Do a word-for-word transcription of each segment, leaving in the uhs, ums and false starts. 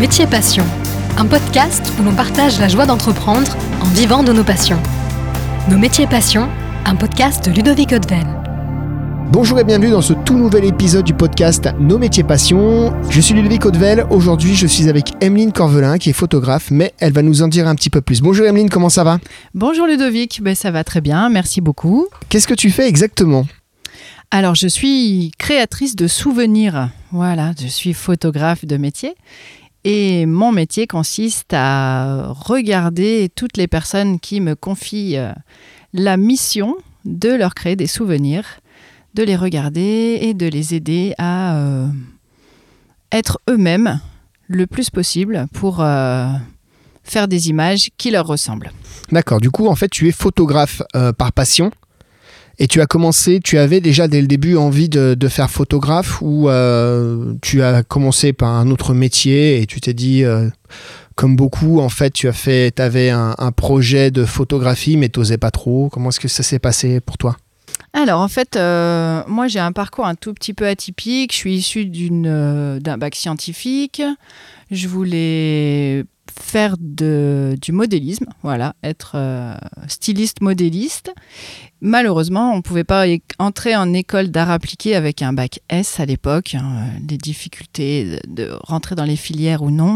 Métiers Passion, un podcast où l'on partage la joie d'entreprendre en vivant de nos passions. Nos Métiers Passion, un podcast de Ludovic Hautevel. Bonjour et bienvenue dans ce tout nouvel épisode du podcast Nos Métiers Passion. Je suis Ludovic Hautevel. Aujourd'hui, je suis avec Emeline Corvelin qui est photographe, mais elle va nous en dire un petit peu plus. Bonjour Emeline, comment ça va ? Bonjour Ludovic, ben, ça va très bien, merci beaucoup. Qu'est-ce que tu fais exactement ? Alors, je suis créatrice de souvenirs. Voilà, je suis photographe de métier. Et mon métier consiste à regarder toutes les personnes qui me confient la mission de leur créer des souvenirs, de les regarder et de les aider à euh, être eux-mêmes le plus possible pour euh, faire des images qui leur ressemblent. D'accord, du coup, en fait, tu es photographe euh, par passion. Et tu as commencé, tu avais déjà dès le début envie de, de faire photographe ou euh, tu as commencé par un autre métier et tu t'es dit, euh, comme beaucoup, en fait, tu as fait, t'avais un, un projet de photographie mais tu n'osais pas trop. Comment est-ce que ça s'est passé pour toi ? Alors en fait, euh, moi j'ai un parcours un tout petit peu atypique. Je suis issue d'une, euh, d'un bac scientifique. Je voulais faire de, du modélisme, voilà, être euh, styliste modéliste. Malheureusement, on ne pouvait pas é- entrer en école d'art appliqué avec un bac S à l'époque, hein, les difficultés de, de rentrer dans les filières ou non.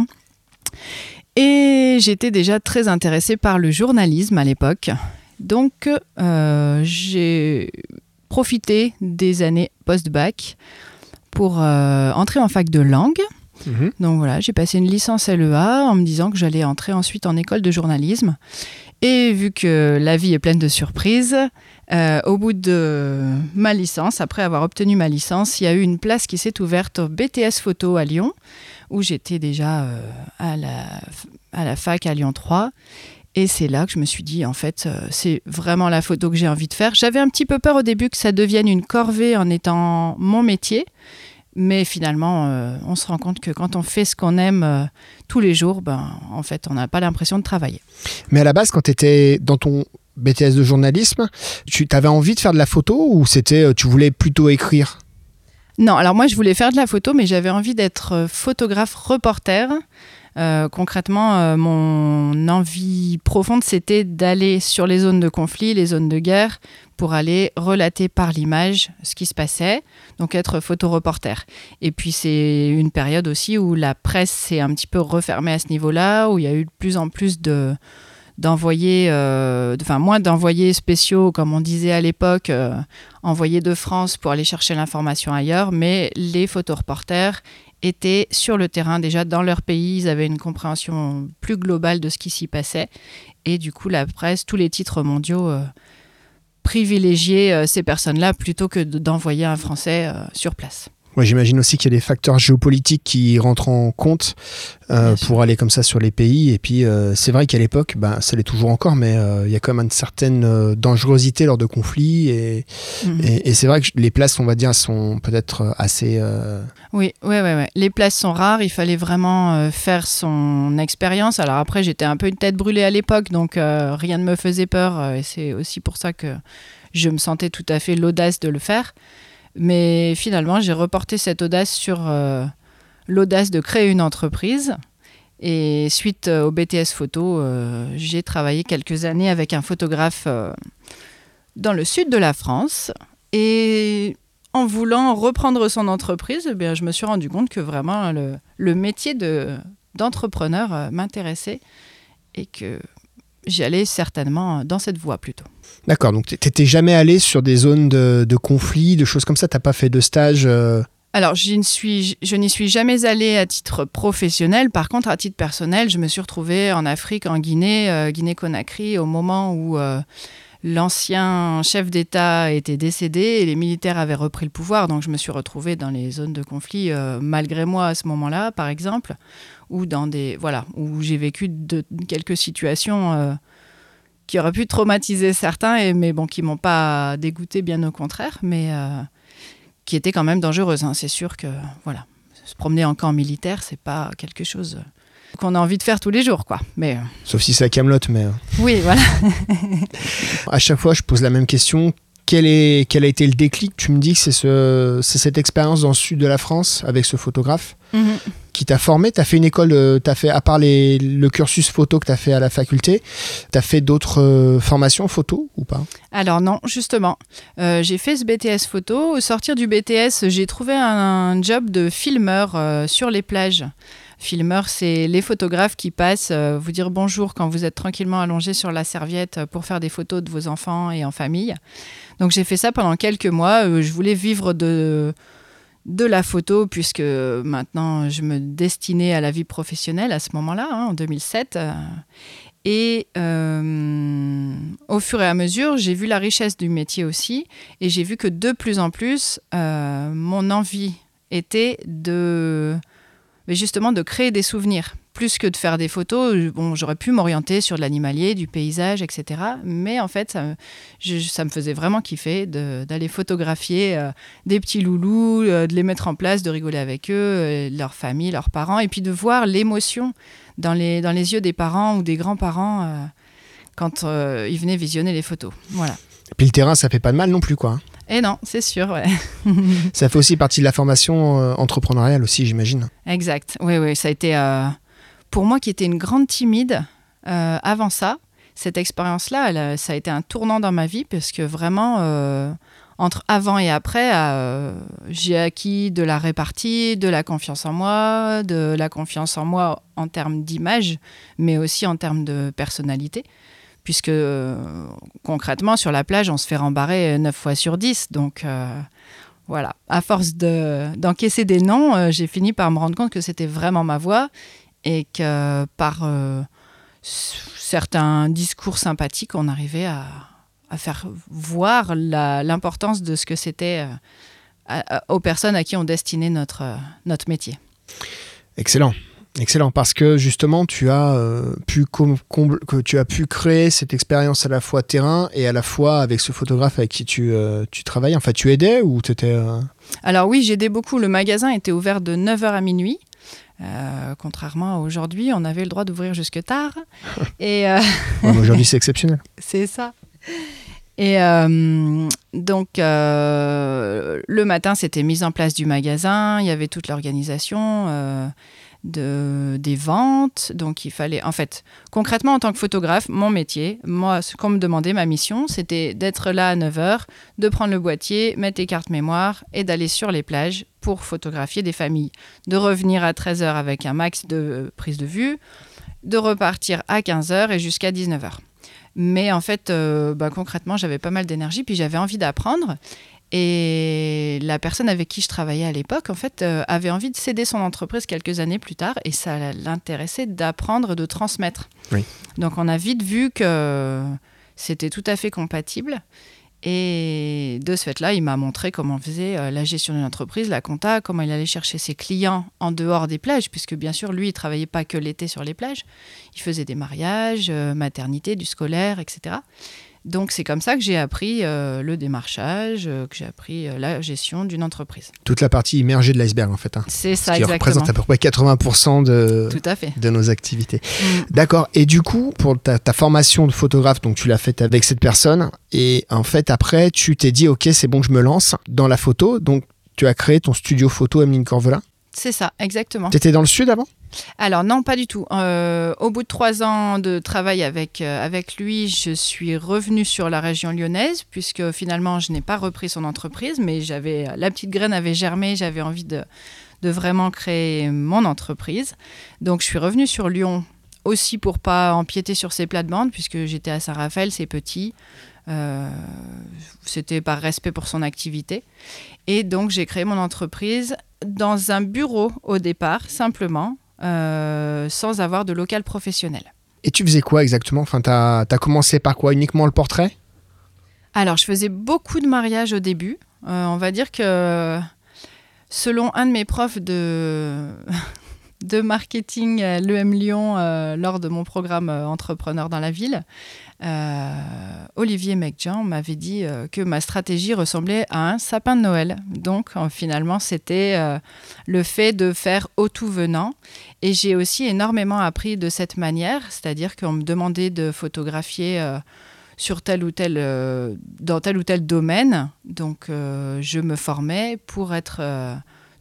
Et j'étais déjà très intéressée par le journalisme à l'époque. Donc, euh, j'ai profité des années post-bac pour euh, entrer en fac de langue. Mmh. Donc voilà, j'ai passé une licence L E A en me disant que j'allais entrer ensuite en école de journalisme. Et vu que la vie est pleine de surprises, euh, au bout de ma licence, après avoir obtenu ma licence, il y a eu une place qui s'est ouverte au B T S Photo à Lyon, où j'étais déjà euh, à, la, à la fac à Lyon trois. Et c'est là que je me suis dit, en fait, euh, c'est vraiment la photo que j'ai envie de faire. J'avais un petit peu peur au début que ça devienne une corvée en étant mon métier. Mais finalement, euh, on se rend compte que quand on fait ce qu'on aime euh, tous les jours, ben, en fait, on n'a pas l'impression de travailler. Mais à la base, quand tu étais dans ton B T S de journalisme, tu avais envie de faire de la photo ou c'était, tu voulais plutôt écrire ? Non, alors moi, je voulais faire de la photo, mais j'avais envie d'être photographe reporter. Euh, concrètement, euh, mon envie profonde, c'était d'aller sur les zones de conflit, les zones de guerre, pour aller relater par l'image ce qui se passait, donc être photoreporter. Et puis, c'est une période aussi où la presse s'est un petit peu refermée à ce niveau-là, où il y a eu de plus en plus de... d'envoyés, euh, enfin moins d'envoyés spéciaux, comme on disait à l'époque, euh, envoyés de France pour aller chercher l'information ailleurs, mais les photoreporters étaient sur le terrain déjà dans leur pays, ils avaient une compréhension plus globale de ce qui s'y passait, et du coup la presse, tous les titres mondiaux euh, privilégiaient euh, ces personnes-là plutôt que de, d'envoyer un Français euh, sur place. Ouais, j'imagine aussi qu'il y a des facteurs géopolitiques qui rentrent en compte euh, pour aller comme ça sur les pays. Et puis, euh, c'est vrai qu'à l'époque, bah, ça l'est toujours encore, mais euh, il y a quand même une certaine euh, dangerosité lors de conflits. Et, mmh. et, et c'est vrai que les places, on va dire, sont peut-être assez... Euh... Oui, ouais, ouais, ouais. Les places sont rares. Il fallait vraiment euh, faire son expérience. Alors après, j'étais un peu une tête brûlée à l'époque, donc euh, rien ne me faisait peur. Euh, et c'est aussi pour ça que je me sentais tout à fait l'audace de le faire. Mais finalement, j'ai reporté cette audace sur euh, l'audace de créer une entreprise. Et suite euh, au B T S Photo, euh, j'ai travaillé quelques années avec un photographe euh, dans le sud de la France. Et en voulant reprendre son entreprise, eh bien, je me suis rendu compte que vraiment le, le métier de, d'entrepreneur euh, m'intéressait et que j'y allais certainement dans cette voie plutôt. D'accord, donc tu n'étais jamais allé sur des zones de, de conflit, de choses comme ça ? Tu n'as pas fait de stage euh... Alors, je, ne suis, je n'y suis jamais allée à titre professionnel. Par contre, à titre personnel, je me suis retrouvée en Afrique, en Guinée, euh, Guinée-Conakry, au moment où euh, l'ancien chef d'État était décédé et les militaires avaient repris le pouvoir. Donc, je me suis retrouvée dans les zones de conflit, euh, malgré moi à ce moment-là, par exemple, ou dans des, voilà, où j'ai vécu de, quelques situations... Euh, qui auraient pu traumatiser certains, et, mais bon, qui ne m'ont pas dégoûté, bien au contraire, mais euh, qui étaient quand même dangereuses. Hein. C'est sûr que voilà, se promener en camp militaire, ce n'est pas quelque chose qu'on a envie de faire tous les jours, quoi. Mais, euh... Sauf si c'est à Kaamelott, mais... Oui, voilà. À chaque fois, je pose la même question. Quel, est, quel a été le déclic ? Tu me dis que c'est, ce, c'est cette expérience dans le sud de la France, avec ce photographe. Mm-hmm. qui t'a formé. Tu as fait une école, euh, t'as fait, à part les, le cursus photo que tu as fait à la faculté, tu as fait d'autres euh, formations photo ou pas? Alors non, justement. Euh, j'ai fait ce B T S photo. Au sortir du B T S, j'ai trouvé un, un job de filmeur euh, sur les plages. Filmeur, c'est les photographes qui passent euh, vous dire bonjour quand vous êtes tranquillement allongé sur la serviette pour faire des photos de vos enfants et en famille. Donc j'ai fait ça pendant quelques mois. Euh, je voulais vivre de, de la photo puisque maintenant je me destinais à la vie professionnelle à ce moment-là, hein, en deux mille sept. Euh, et euh, au fur et à mesure, j'ai vu la richesse du métier aussi et j'ai vu que de plus en plus, euh, mon envie était de... mais justement de créer des souvenirs, plus que de faire des photos. Bon, j'aurais pu m'orienter sur de l'animalier, du paysage, et cetera. Mais en fait, ça me, je, ça me faisait vraiment kiffer de, d'aller photographier euh, des petits loulous, euh, de les mettre en place, de rigoler avec eux, euh, leur famille, leurs parents, et puis de voir l'émotion dans les, dans les yeux des parents ou des grands-parents euh, quand euh, ils venaient visionner les photos. Voilà. Et puis le terrain, ça fait pas de mal non plus, quoi. Hein. Et non, c'est sûr, ouais. Ça fait aussi partie de la formation euh, entrepreneuriale aussi, j'imagine. Exact, oui, oui, ça a été... Euh, pour moi qui étais une grande timide, euh, avant ça, cette expérience-là, elle, ça a été un tournant dans ma vie parce que vraiment, euh, entre avant et après, euh, j'ai acquis de la répartie, de la confiance en moi, de la confiance en moi en termes d'image, mais aussi en termes de personnalité. Puisque euh, concrètement, sur la plage, on se fait rembarrer neuf fois sur dix. Donc euh, voilà, à force de, d'encaisser des noms, euh, j'ai fini par me rendre compte que c'était vraiment ma voix et que par euh, certains discours sympathiques, on arrivait à, à faire voir la, l'importance de ce que c'était euh, à, à, aux personnes à qui on destinait notre, euh, notre métier. Excellent. Excellent, parce que justement, tu as, euh, pu com- comble- que tu as pu créer cette expérience à la fois terrain et à la fois avec ce photographe avec qui tu, euh, tu travailles. Enfin, tu aidais ou tu étais... Euh... Alors oui, j'aidais beaucoup. Le magasin était ouvert de neuf heures à minuit. Euh, contrairement à aujourd'hui, on avait le droit d'ouvrir jusque tard. Et euh... ouais, aujourd'hui, c'est exceptionnel. C'est ça. Et euh, donc, euh, le matin, c'était mise en place du magasin. Il y avait toute l'organisation... Euh, De, des ventes, donc il fallait, en fait, concrètement en tant que photographe, mon métier, moi, ce qu'on me demandait, ma mission, c'était d'être là à neuf heures, de prendre le boîtier, mettre les cartes mémoire et d'aller sur les plages pour photographier des familles, de revenir à treize heures avec un max de prise de vue, de repartir à quinze heures et jusqu'à dix-neuf heures. Mais en fait, euh, bah, concrètement, j'avais pas mal d'énergie, puis j'avais envie d'apprendre. Et la personne avec qui je travaillais à l'époque, en fait, euh, avait envie de céder son entreprise quelques années plus tard et ça l'intéressait d'apprendre, de transmettre. Oui. Donc, on a vite vu que c'était tout à fait compatible. Et de ce fait-là, il m'a montré comment on faisait euh, la gestion d'une entreprise, la compta, comment il allait chercher ses clients en dehors des plages, puisque bien sûr, lui, il ne travaillait pas que l'été sur les plages. Il faisait des mariages, euh, maternité, du scolaire, et cetera. Donc, c'est comme ça que j'ai appris euh, le démarchage, euh, que j'ai appris euh, la gestion d'une entreprise. Toute la partie immergée de l'iceberg, en fait. Hein. C'est ça, Ce qui exactement. représente à peu près quatre-vingts pour cent de, Tout à fait. de nos activités. Mmh. D'accord. Et du coup, pour ta, ta formation de photographe, donc tu l'as faite avec cette personne. Et en fait, après, tu t'es dit, OK, c'est bon, je me lance dans la photo. Donc, tu as créé ton studio photo Emeline Corvelin. C'est ça, exactement. Tu étais dans le sud avant ? Alors non, pas du tout. Euh, au bout de trois ans de travail avec, euh, avec lui, je suis revenue sur la région lyonnaise, puisque finalement, je n'ai pas repris son entreprise, mais j'avais, la petite graine avait germé, j'avais envie de, de vraiment créer mon entreprise. Donc, je suis revenue sur Lyon aussi pour ne pas empiéter sur ses plates-bandes, puisque j'étais à Saint-Raphaël, c'est petit. Euh, c'était par respect pour son activité. Et donc, j'ai créé mon entreprise dans un bureau au départ, simplement, Euh, sans avoir de local professionnel. Et tu faisais quoi exactement ? Enfin, tu as commencé par quoi ? Uniquement le portrait ? Alors, je faisais beaucoup de mariages au début. Euh, on va dire que, selon un de mes profs de, de marketing à l'E M Lyon, euh, lors de mon programme euh, Entrepreneur dans la ville, euh, Olivier Mecjean m'avait dit euh, que ma stratégie ressemblait à un sapin de Noël. Donc, euh, finalement, c'était euh, le fait de faire au tout venant. Et j'ai aussi énormément appris de cette manière, c'est-à-dire qu'on me demandait de photographier euh, sur tel ou tel, euh, dans tel ou tel domaine. Donc, euh, je me formais pour être euh,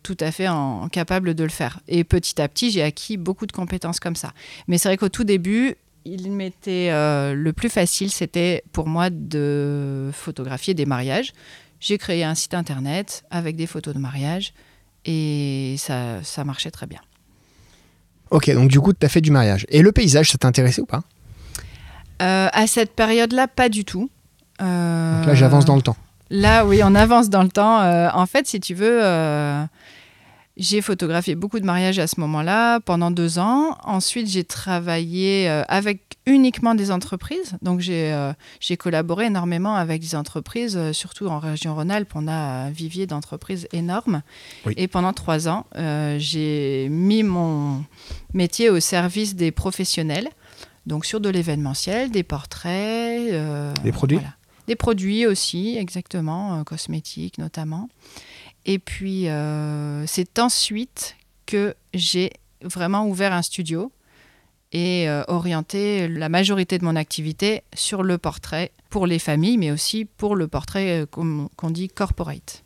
tout à fait en, capable de le faire. Et petit à petit, j'ai acquis beaucoup de compétences comme ça. Mais c'est vrai qu'au tout début, il m'était euh, le plus facile, c'était pour moi de photographier des mariages. J'ai créé un site internet avec des photos de mariage et ça, ça marchait très bien. Ok, donc du coup, tu as fait du mariage. Et le paysage, ça t'intéressait ou pas ? euh, À cette période-là, pas du tout. Euh, donc là, j'avance dans le temps. Là, oui, on avance dans le temps. Euh, en fait, si tu veux, euh, j'ai photographié beaucoup de mariages à ce moment-là, pendant deux ans. Ensuite, j'ai travaillé euh, avec uniquement des entreprises. Donc, j'ai, euh, j'ai collaboré énormément avec des entreprises, euh, surtout en région Rhône-Alpes. On a un vivier d'entreprises énorme. Oui. Et pendant trois ans, euh, j'ai mis mon métier au service des professionnels. Donc, sur de l'événementiel, des portraits. Euh, des produits voilà. Des produits aussi, exactement, euh, cosmétiques notamment. Et puis, euh, c'est ensuite que j'ai vraiment ouvert un studio et euh, orienté la majorité de mon activité sur le portrait pour les familles, mais aussi pour le portrait euh, qu'on, qu'on dit corporate.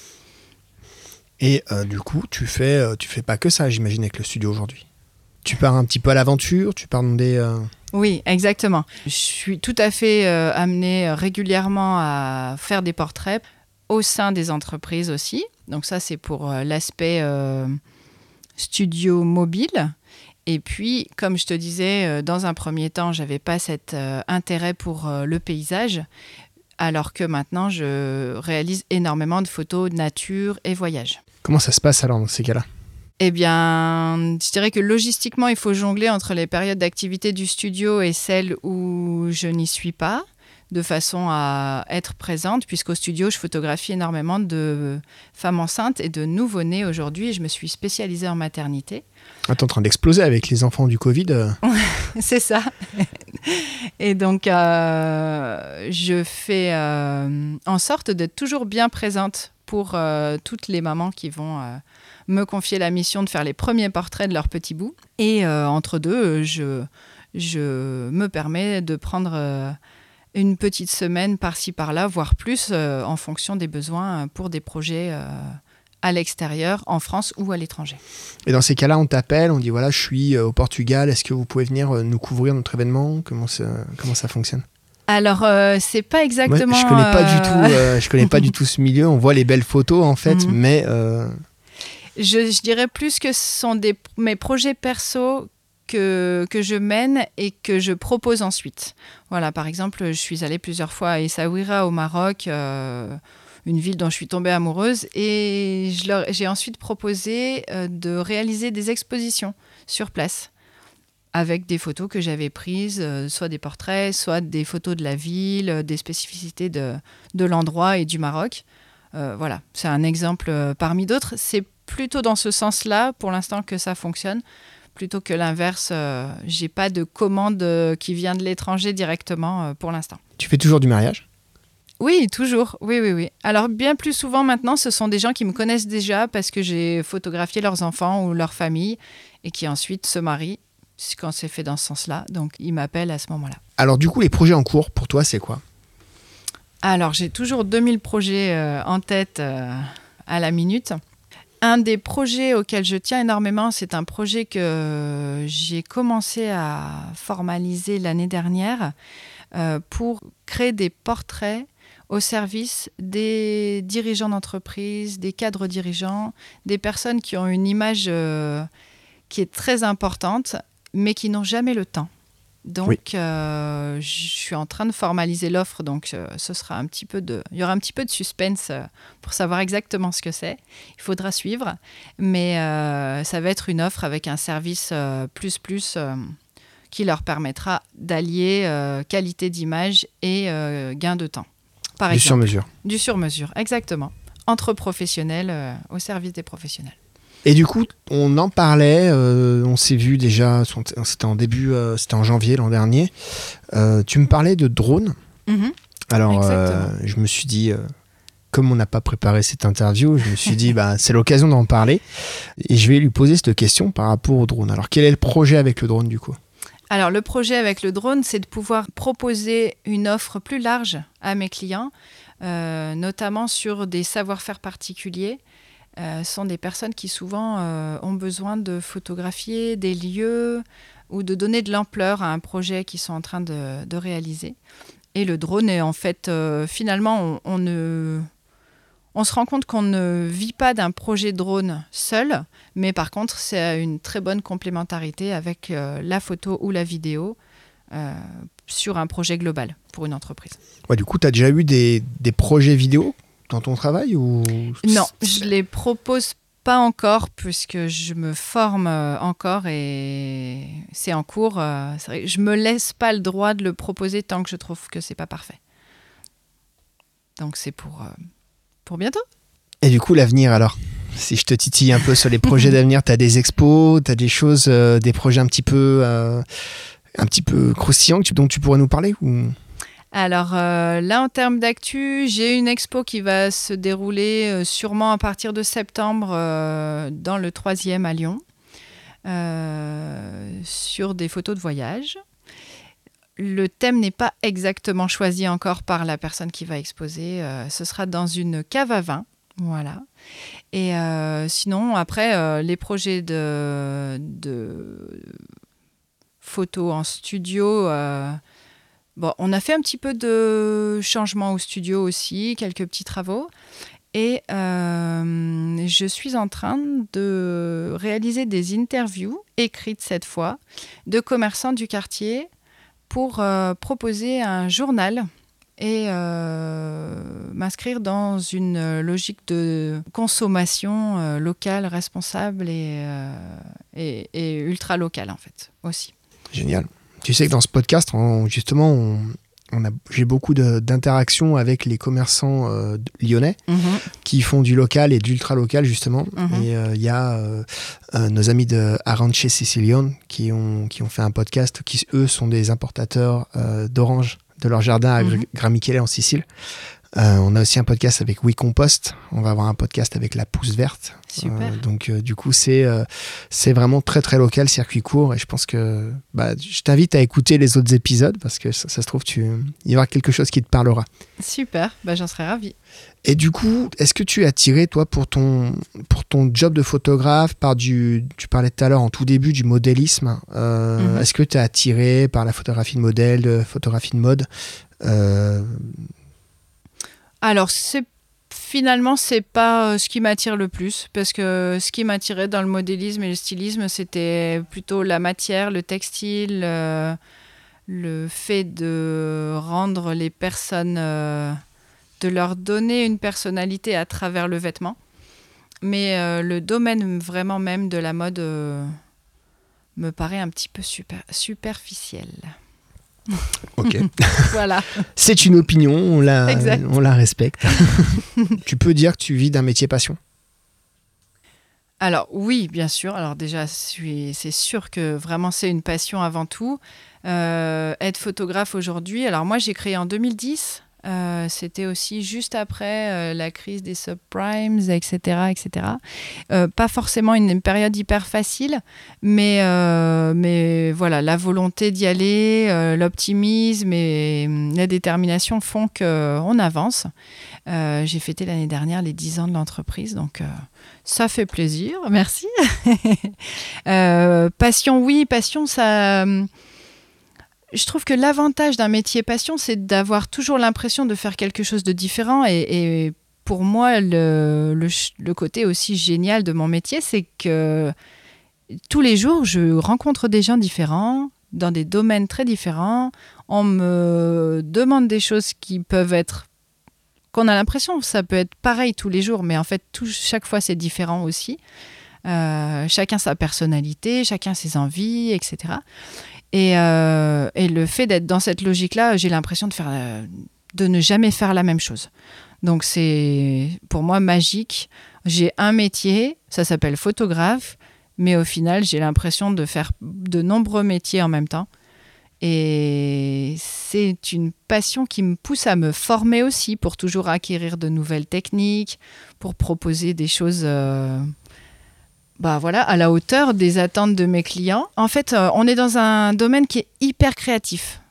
Et euh, du coup, tu fais, euh, tu fais pas que ça, j'imagine, avec le studio aujourd'hui. Tu pars un petit peu à l'aventure, tu pars dans des... Euh... Oui, exactement. Je suis tout à fait euh, amenée régulièrement à faire des portraits au sein des entreprises aussi. Donc ça, c'est pour euh, l'aspect euh, studio mobile. Et puis, comme je te disais, euh, dans un premier temps, je n'avais pas cet euh, intérêt pour euh, le paysage, alors que maintenant, je réalise énormément de photos de nature et voyage. Comment ça se passe alors dans ces cas-là ? Eh bien, je dirais que logistiquement, il faut jongler entre les périodes d'activité du studio et celles où je n'y suis pas, de façon à être présente, puisqu'au studio, je photographie énormément de femmes enceintes et de nouveau-nés aujourd'hui. Je me suis spécialisée en maternité. Ah, t'es en train d'exploser avec les enfants du Covid. C'est ça. Et donc, euh, je fais euh, en sorte d'être toujours bien présente pour euh, toutes les mamans qui vont... Euh, me confier la mission de faire les premiers portraits de leurs petits bouts. Et euh, entre deux, je, je me permets de prendre euh, une petite semaine par-ci, par-là, voire plus, euh, en fonction des besoins pour des projets euh, à l'extérieur, en France ou à l'étranger. Et dans ces cas-là, on t'appelle, on dit, voilà, je suis au Portugal, est-ce que vous pouvez venir nous couvrir notre événement ? Comment ça, comment ça fonctionne ? Alors, euh, c'est pas exactement... Ouais, je connais pas euh... du tout, euh, je connais pas du tout ce milieu. On voit les belles photos, en fait, mm-hmm. mais... Euh... Je, je dirais plus que ce sont des, mes projets perso que, que je mène et que je propose ensuite. Voilà, par exemple, je suis allée plusieurs fois à Essaouira au Maroc, euh, une ville dont je suis tombée amoureuse, et je leur, j'ai ensuite proposé euh, de réaliser des expositions sur place avec des photos que j'avais prises, euh, soit des portraits, soit des photos de la ville, des spécificités de, de l'endroit et du Maroc. Euh, voilà, c'est un exemple euh, parmi d'autres. C'est plutôt dans ce sens-là, pour l'instant, que ça fonctionne, plutôt que l'inverse. Euh, j'ai pas de commande euh, qui vient de l'étranger directement euh, pour l'instant. Tu fais toujours du mariage ? Oui, toujours. Oui, oui, oui. Alors, bien plus souvent maintenant, ce sont des gens qui me connaissent déjà parce que j'ai photographié leurs enfants ou leur famille et qui ensuite se marient quand c'est fait dans ce sens-là. Donc, ils m'appellent à ce moment-là. Alors, du coup, les projets en cours, pour toi, c'est quoi ? Alors, j'ai toujours deux mille projets euh, en tête euh, à la minute. Un des projets auxquels je tiens énormément, c'est un projet que j'ai commencé à formaliser l'année dernière euh, pour créer des portraits au service des dirigeants d'entreprise, des cadres dirigeants, des personnes qui ont une image euh, qui est très importante, mais qui n'ont jamais le temps. Donc, oui. euh, je suis en train de formaliser l'offre, donc euh, ce sera un petit peu de, il y aura un petit peu de suspense euh, pour savoir exactement ce que c'est. Il faudra suivre, mais euh, ça va être une offre avec un service euh, plus plus euh, qui leur permettra d'allier euh, qualité d'image et euh, gain de temps. Par du exemple. sur-mesure. Du sur-mesure, exactement. Entre professionnels, euh, au service des professionnels. Et du coup, on en parlait, euh, on s'est vu déjà, c'était en début, euh, c'était en janvier l'an dernier. Euh, tu me parlais de drones. Mm-hmm. Alors, euh, je me suis dit, euh, comme on n'a pas préparé cette interview, je me suis dit, bah, c'est l'occasion d'en parler. Et je vais lui poser cette question par rapport au drone. Alors, quel est le projet avec le drone du coup ? Alors, le projet avec le drone, c'est de pouvoir proposer une offre plus large à mes clients, euh, notamment sur des savoir-faire particuliers. euh, sont des personnes qui souvent euh, ont besoin de photographier des lieux ou de donner de l'ampleur à un projet qu'ils sont en train de, de réaliser. Et le drone est en fait, euh, finalement, on, on, ne, on se rend compte qu'on ne vit pas d'un projet drone seul, mais par contre, c'est une très bonne complémentarité avec euh, la photo ou la vidéo euh, sur un projet global pour une entreprise. Ouais, du coup, tu as déjà eu des, des projets vidéo dans ton travail ou... Non, je les propose pas encore puisque je me forme encore et c'est en cours. C'est vrai, je me laisse pas le droit de le proposer tant que je trouve que c'est pas parfait. Donc c'est pour, pour bientôt. Et du coup, l'avenir alors ? Si je te titille un peu sur les projets d'avenir, tu as des expos, tu as des choses, euh, des projets un petit peu, euh, un petit peu croustillants dont tu pourrais nous parler ou... Alors euh, là, en termes d'actu, j'ai une expo qui va se dérouler euh, sûrement à partir de septembre euh, dans le troisième à Lyon, euh, sur des photos de voyage. Le thème n'est pas exactement choisi encore par la personne qui va exposer. Euh, ce sera dans une cave à vin. Voilà. Et euh, sinon, après, euh, les projets de, de photos en studio... Euh, Bon, on a fait un petit peu de changement au studio aussi, quelques petits travaux. Et euh, je suis en train de réaliser des interviews, écrites cette fois, de commerçants du quartier pour euh, proposer un journal et euh, m'inscrire dans une logique de consommation euh, locale, responsable et, euh, et, et ultra locale en fait aussi. Génial. Tu sais que dans ce podcast, on, justement, on, on a, j'ai beaucoup de, d'interactions avec les commerçants euh, lyonnais mmh. qui font du local et de l'ultra-local, justement. Mmh. Et il euh, y a euh, euh, nos amis de Aranche Sicilion qui ont, qui ont fait un podcast qui, eux, sont des importateurs euh, d'oranges de leur jardin à mmh. Gramichele en Sicile. Euh, on a aussi un podcast avec We Compost. On va avoir un podcast avec La Pousse Verte. Super. Euh, donc, euh, du coup, c'est, euh, c'est vraiment très, très local, circuit court. Et je pense que bah, je t'invite à écouter les autres épisodes parce que ça, ça se trouve, tu, il y aura quelque chose qui te parlera. Super. Bah, j'en serais ravie. Et du coup, est-ce que tu es attiré, toi, pour ton, pour ton job de photographe, par du, tu parlais tout à l'heure, en tout début, du modélisme. Euh, mm-hmm. Est-ce que tu es attiré par la photographie de modèle, de photographie de mode euh, Alors, c'est, finalement, c'est pas ce qui m'attire le plus, parce que ce qui m'attirait dans le modélisme et le stylisme, c'était plutôt la matière, le textile, euh, le fait de rendre les personnes, euh, de leur donner une personnalité à travers le vêtement. Mais euh, le domaine vraiment même de la mode euh, me paraît un petit peu super, superficiel. Ok. Voilà. C'est une opinion, on la, on la respecte. Tu peux dire que tu vis d'un métier passion ? Alors oui, bien sûr. Alors déjà, c'est sûr que vraiment c'est une passion avant tout. Euh, être photographe aujourd'hui, alors moi j'ai créé en deux mille dix. Euh, c'était aussi juste après euh, la crise des subprimes, et cetera, et cetera. Euh, pas forcément une, une période hyper facile, mais, euh, mais voilà, la volonté d'y aller, euh, l'optimisme et la détermination font qu'on avance. Euh, j'ai fêté l'année dernière les dix ans de l'entreprise, donc euh, ça fait plaisir, merci. euh, passion, oui, passion, ça... Je trouve que l'avantage d'un métier passion, c'est d'avoir toujours l'impression de faire quelque chose de différent. Et, et pour moi, le, le, le côté aussi génial de mon métier, c'est que tous les jours, je rencontre des gens différents, dans des domaines très différents. On me demande des choses qui peuvent être... qu'on a l'impression que ça peut être pareil tous les jours, mais en fait, tout, chaque fois, c'est différent aussi. Euh, chacun sa personnalité, chacun ses envies, et cetera. Et, euh, et le fait d'être dans cette logique-là, j'ai l'impression de, faire, euh, de ne jamais faire la même chose. Donc c'est pour moi magique. J'ai un métier, ça s'appelle photographe, mais au final, j'ai l'impression de faire de nombreux métiers en même temps. Et c'est une passion qui me pousse à me former aussi pour toujours acquérir de nouvelles techniques, pour proposer des choses... Euh, Bah voilà, à la hauteur des attentes de mes clients. En fait, euh, on est dans un domaine qui est hyper créatif.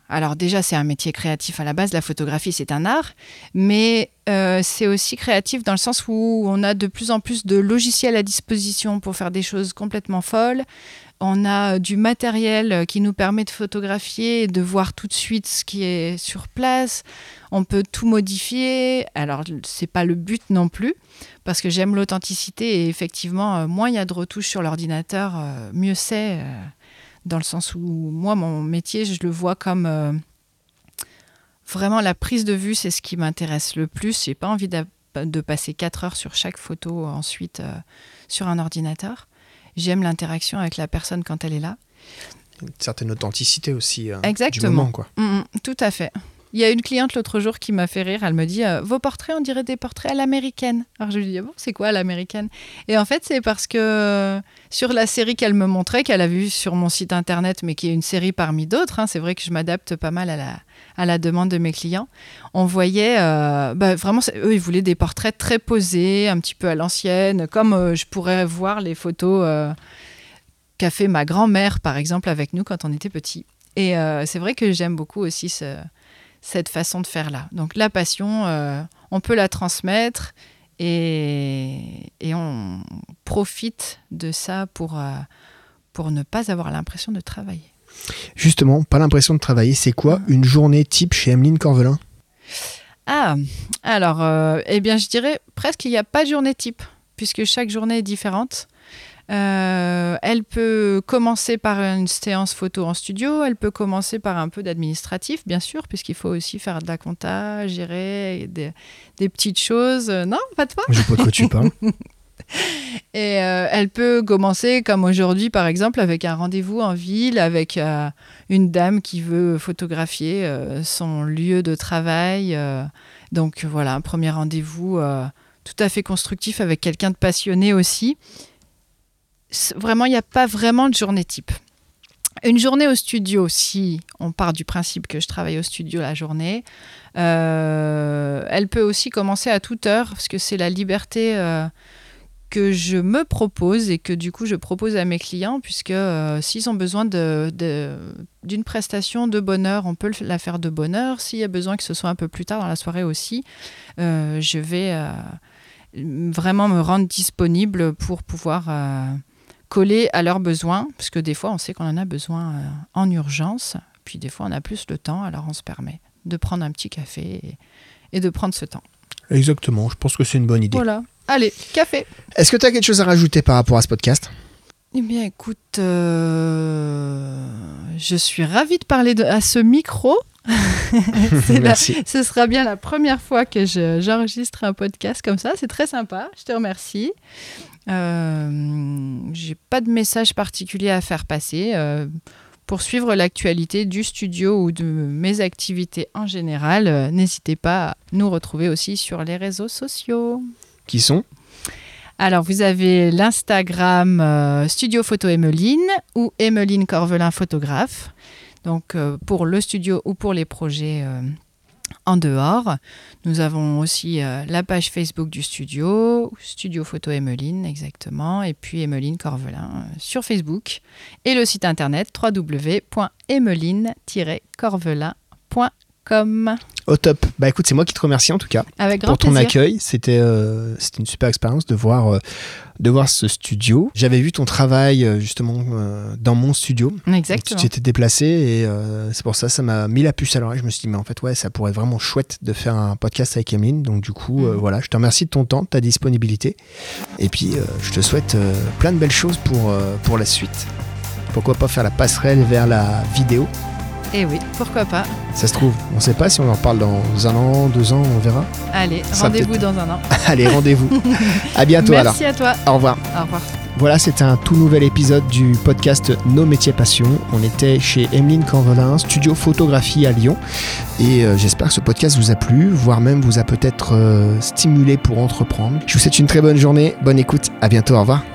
Alors déjà, c'est un métier créatif à la base, la photographie, c'est un art, mais euh, c'est aussi créatif dans le sens où on a de plus en plus de logiciels à disposition pour faire des choses complètement folles. On a du matériel qui nous permet de photographier et de voir tout de suite ce qui est sur place. On peut tout modifier. Alors, c'est pas le but non plus, parce que j'aime l'authenticité et effectivement, moins il y a de retouches sur l'ordinateur, mieux c'est. Dans le sens où moi, mon métier, je le vois comme euh, vraiment la prise de vue, c'est ce qui m'intéresse le plus. J'ai pas envie de, de passer quatre heures sur chaque photo ensuite euh, sur un ordinateur. J'aime l'interaction avec la personne quand elle est là. Une certaine authenticité aussi euh, Exactement. du moment, quoi. Mmh, tout à fait. Il y a une cliente l'autre jour qui m'a fait rire. Elle me dit euh, « Vos portraits, on dirait des portraits à l'américaine. » Alors je lui dis ah « Bon, c'est quoi à l'américaine ?» Et en fait, c'est parce que euh, sur la série qu'elle me montrait, qu'elle a vue sur mon site internet, mais qui est une série parmi d'autres, hein, c'est vrai que je m'adapte pas mal à la, à la demande de mes clients, on voyait euh, bah, vraiment, eux, ils voulaient des portraits très posés, un petit peu à l'ancienne, comme euh, je pourrais voir les photos euh, qu'a fait ma grand-mère, par exemple, avec nous quand on était petits. Et euh, c'est vrai que j'aime beaucoup aussi ce... cette façon de faire là. Donc la passion, euh, on peut la transmettre et, et on profite de ça pour, euh, pour ne pas avoir l'impression de travailler. Justement, pas l'impression de travailler, c'est quoi une journée type chez Emeline Corvelin ? Ah, alors, euh, eh bien je dirais presque qu'il n'y a pas de journée type, puisque chaque journée est différente. Euh, elle peut commencer par une séance photo en studio, elle peut commencer par un peu d'administratif, bien sûr, puisqu'il faut aussi faire de la compta, gérer des, des petites choses. Non, pas de toi ? Je sais pas de quoi tu parles. Et euh, elle peut commencer, comme aujourd'hui, par exemple, avec un rendez-vous en ville, avec euh, une dame qui veut photographier euh, son lieu de travail. Euh, donc voilà, un premier rendez-vous euh, tout à fait constructif avec quelqu'un de passionné aussi. Vraiment, il n'y a pas vraiment de journée type. Une journée au studio, si on part du principe que je travaille au studio la journée, euh, elle peut aussi commencer à toute heure, parce que c'est la liberté euh, que je me propose et que du coup je propose à mes clients, puisque euh, s'ils ont besoin de, de, d'une prestation de bonne heure, on peut la faire de bonne heure. S'il y a besoin que ce soit un peu plus tard dans la soirée aussi, euh, je vais euh, vraiment me rendre disponible pour pouvoir... Euh, coller à leurs besoins, parce que des fois, on sait qu'on en a besoin euh, en urgence, puis des fois, on a plus le temps, alors on se permet de prendre un petit café et, et de prendre ce temps. Exactement, je pense que c'est une bonne idée. Voilà, allez, café. Est-ce que tu as quelque chose à rajouter par rapport à ce podcast ? Eh bien, écoute, euh, je suis ravie de parler de, à ce micro. c'est Merci. La, ce sera bien la première fois que je, j'enregistre un podcast comme ça, c'est très sympa, je te remercie. Euh, j'ai pas de message particulier à faire passer. Euh, pour suivre l'actualité du studio ou de mes activités en général, euh, n'hésitez pas à nous retrouver aussi sur les réseaux sociaux. Qui sont ? Alors, vous avez l'Instagram euh, Studio Photo Emeline ou Emeline Corvelin Photographe. Donc, euh, pour le studio ou pour les projets euh, en dehors. Nous avons aussi euh, la page Facebook du studio, Studio Photo Emeline exactement, et puis Emeline Corvelin euh, sur Facebook, et le site internet w w w point emeline tiret corvelin point com. Au top. Bah écoute, c'est moi qui te remercie en tout cas Avec grand pour ton plaisir. accueil. C'était, euh, c'était une super expérience de voir, euh, de voir ce studio. J'avais vu ton travail euh, justement euh, dans mon studio. Exactement. Tu t'étais déplacé et euh, c'est pour ça, ça m'a mis la puce à l'oreille. Je me suis dit, mais en fait, ouais, ça pourrait être vraiment chouette de faire un podcast avec Emeline. Donc du coup, euh, Mmh. voilà, je te remercie de ton temps, de ta disponibilité. Et puis, euh, je te souhaite euh, plein de belles choses pour, euh, pour la suite. Pourquoi pas faire la passerelle vers la vidéo ? Eh oui, pourquoi pas. Ça se trouve, on ne sait pas si on en reparle dans un an, deux ans, on verra. Allez, Ça rendez-vous peut-être. dans un an. Allez, rendez-vous. À bientôt alors. Merci à toi. Au revoir. Au revoir. Voilà, c'était un tout nouvel épisode du podcast Nos métiers passion. On était chez Emeline Corvelin, studio photographie à Lyon. Et euh, j'espère que ce podcast vous a plu, voire même vous a peut-être euh, stimulé pour entreprendre. Je vous souhaite une très bonne journée, bonne écoute, à bientôt, au revoir.